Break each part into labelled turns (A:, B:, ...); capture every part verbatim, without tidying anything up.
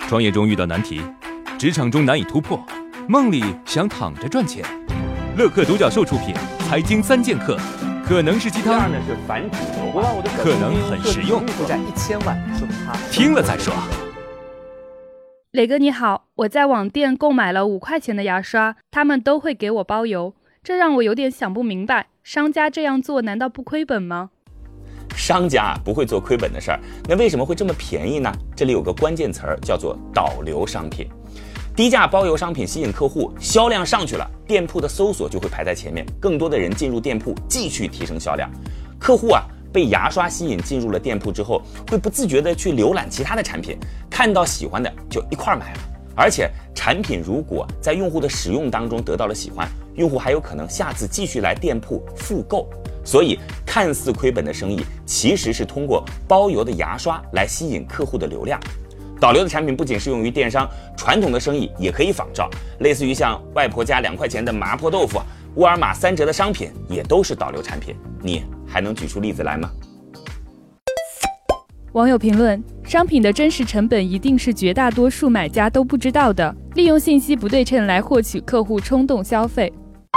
A: 创业中遇到难题，职场中难以突破，梦里想躺着赚钱。乐客独角兽出品，财经三剑客，可能是鸡汤，
B: 是繁殖
A: 可能很实用，
B: 负债一千万，说他
A: 听了再说。
C: 磊哥你好，我在网店购买了五块钱的牙刷，他们都会给我包邮，这让我有点想不明白，商家这样做难道不亏本吗？
B: 商家不会做亏本的事儿，那为什么会这么便宜呢？这里有个关键词儿叫做导流商品。低价包邮商品吸引客户，销量上去了，店铺的搜索就会排在前面，更多的人进入店铺，继续提升销量。客户啊被牙刷吸引进入了店铺之后，会不自觉的去浏览其他的产品，看到喜欢的就一块买了。而且产品如果在用户的使用当中得到了喜欢，用户还有可能下次继续来店铺复购。所以看似亏本的生意，其实是通过包邮的牙刷来吸引客户的流量。导流的产品不仅适用于电商，传统的生意也可以仿照，类似于像外婆家两块钱的麻婆豆腐，沃尔玛三折的商品也都是导流产品。你还能举出例子来吗？
C: 网友评论：商品的真实成本一定是绝大多数买家都不知道的，利用信息不对称来获取客户冲动消费。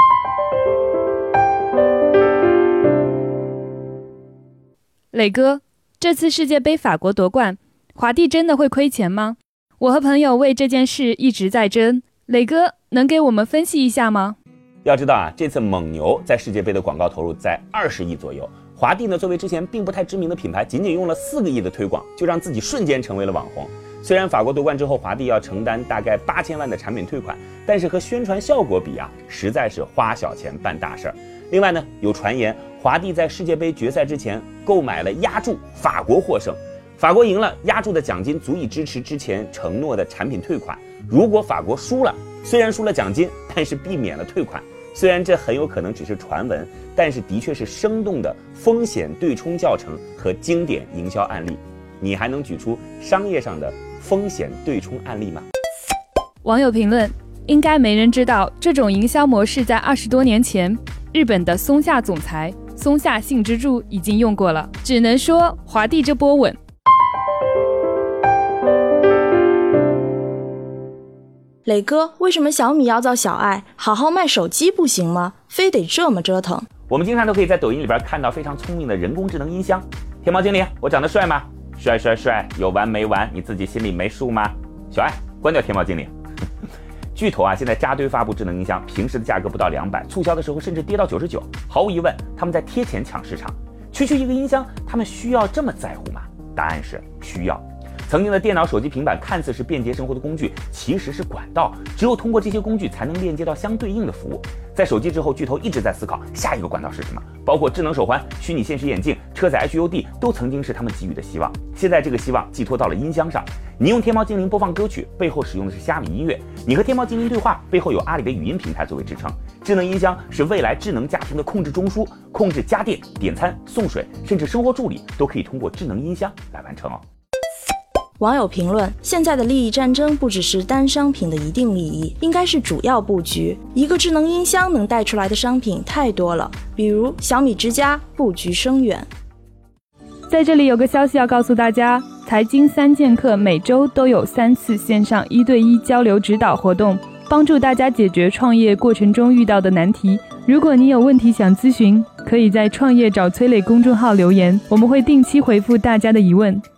C: 磊哥，这次世界杯法国夺冠，华帝真的会亏钱吗？我和朋友为这件事一直在争，磊哥能给我们分析一下吗？
B: 要知道啊，这次蒙牛在世界杯的广告投入在二十亿左右，华帝呢作为之前并不太知名的品牌，仅仅用了四个亿的推广，就让自己瞬间成为了网红。虽然法国夺冠之后，华帝要承担大概八千万的产品退款，但是和宣传效果比啊，实在是花小钱办大事儿。另外呢，有传言华帝在世界杯决赛之前购买了押注，法国获胜，法国赢了，押注的奖金足以支持之前承诺的产品退款。如果法国输了，虽然输了奖金，但是避免了退款。虽然这很有可能只是传闻，但是的确是生动的风险对冲教程和经典营销案例。你还能举出商业上的风险对冲案例吗？
C: 网友评论：应该没人知道，这种营销模式在二十多年前，日本的松下总裁松下幸之助已经用过了。只能说华帝这波稳。
D: 磊哥，为什么小米要造小爱，好好卖手机不行吗？非得这么折腾？
B: 我们经常都可以在抖音里边看到非常聪明的人工智能音箱。天猫经理，我长得帅吗？帅帅帅，有完没完？你自己心里没数吗？小爱，关掉天猫经理。巨头啊，现在扎堆发布智能音箱，平时的价格不到两百，促销的时候甚至跌到九十九。毫无疑问，他们在贴钱抢市场。区区一个音箱，他们需要这么在乎吗？答案是需要。曾经的电脑、手机、平板看似是便捷生活的工具，其实是管道，只有通过这些工具才能链接到相对应的服务。在手机之后，巨头一直在思考下一个管道是什么，包括智能手环、虚拟现实眼镜、车载 H U D 都曾经是他们给予的希望。现在这个希望寄托到了音箱上，你用天猫精灵播放歌曲，背后使用的是虾米音乐；你和天猫精灵对话，背后有阿里的语音平台作为支撑。智能音箱是未来智能家庭的控制中枢，控制家电、点餐、送水，甚至生活助理都可以通过智能音箱来完成哦。
D: 网友评论：现在的利益战争不只是单商品的一定利益，应该是主要布局。一个智能音箱能带出来的商品太多了，比如小米之家布局深远。
C: 在这里有个消息要告诉大家，财经三剑客每周都有三次线上一对一交流指导活动，帮助大家解决创业过程中遇到的难题。如果你有问题想咨询，可以在创业找崔磊公众号留言，我们会定期回复大家的疑问。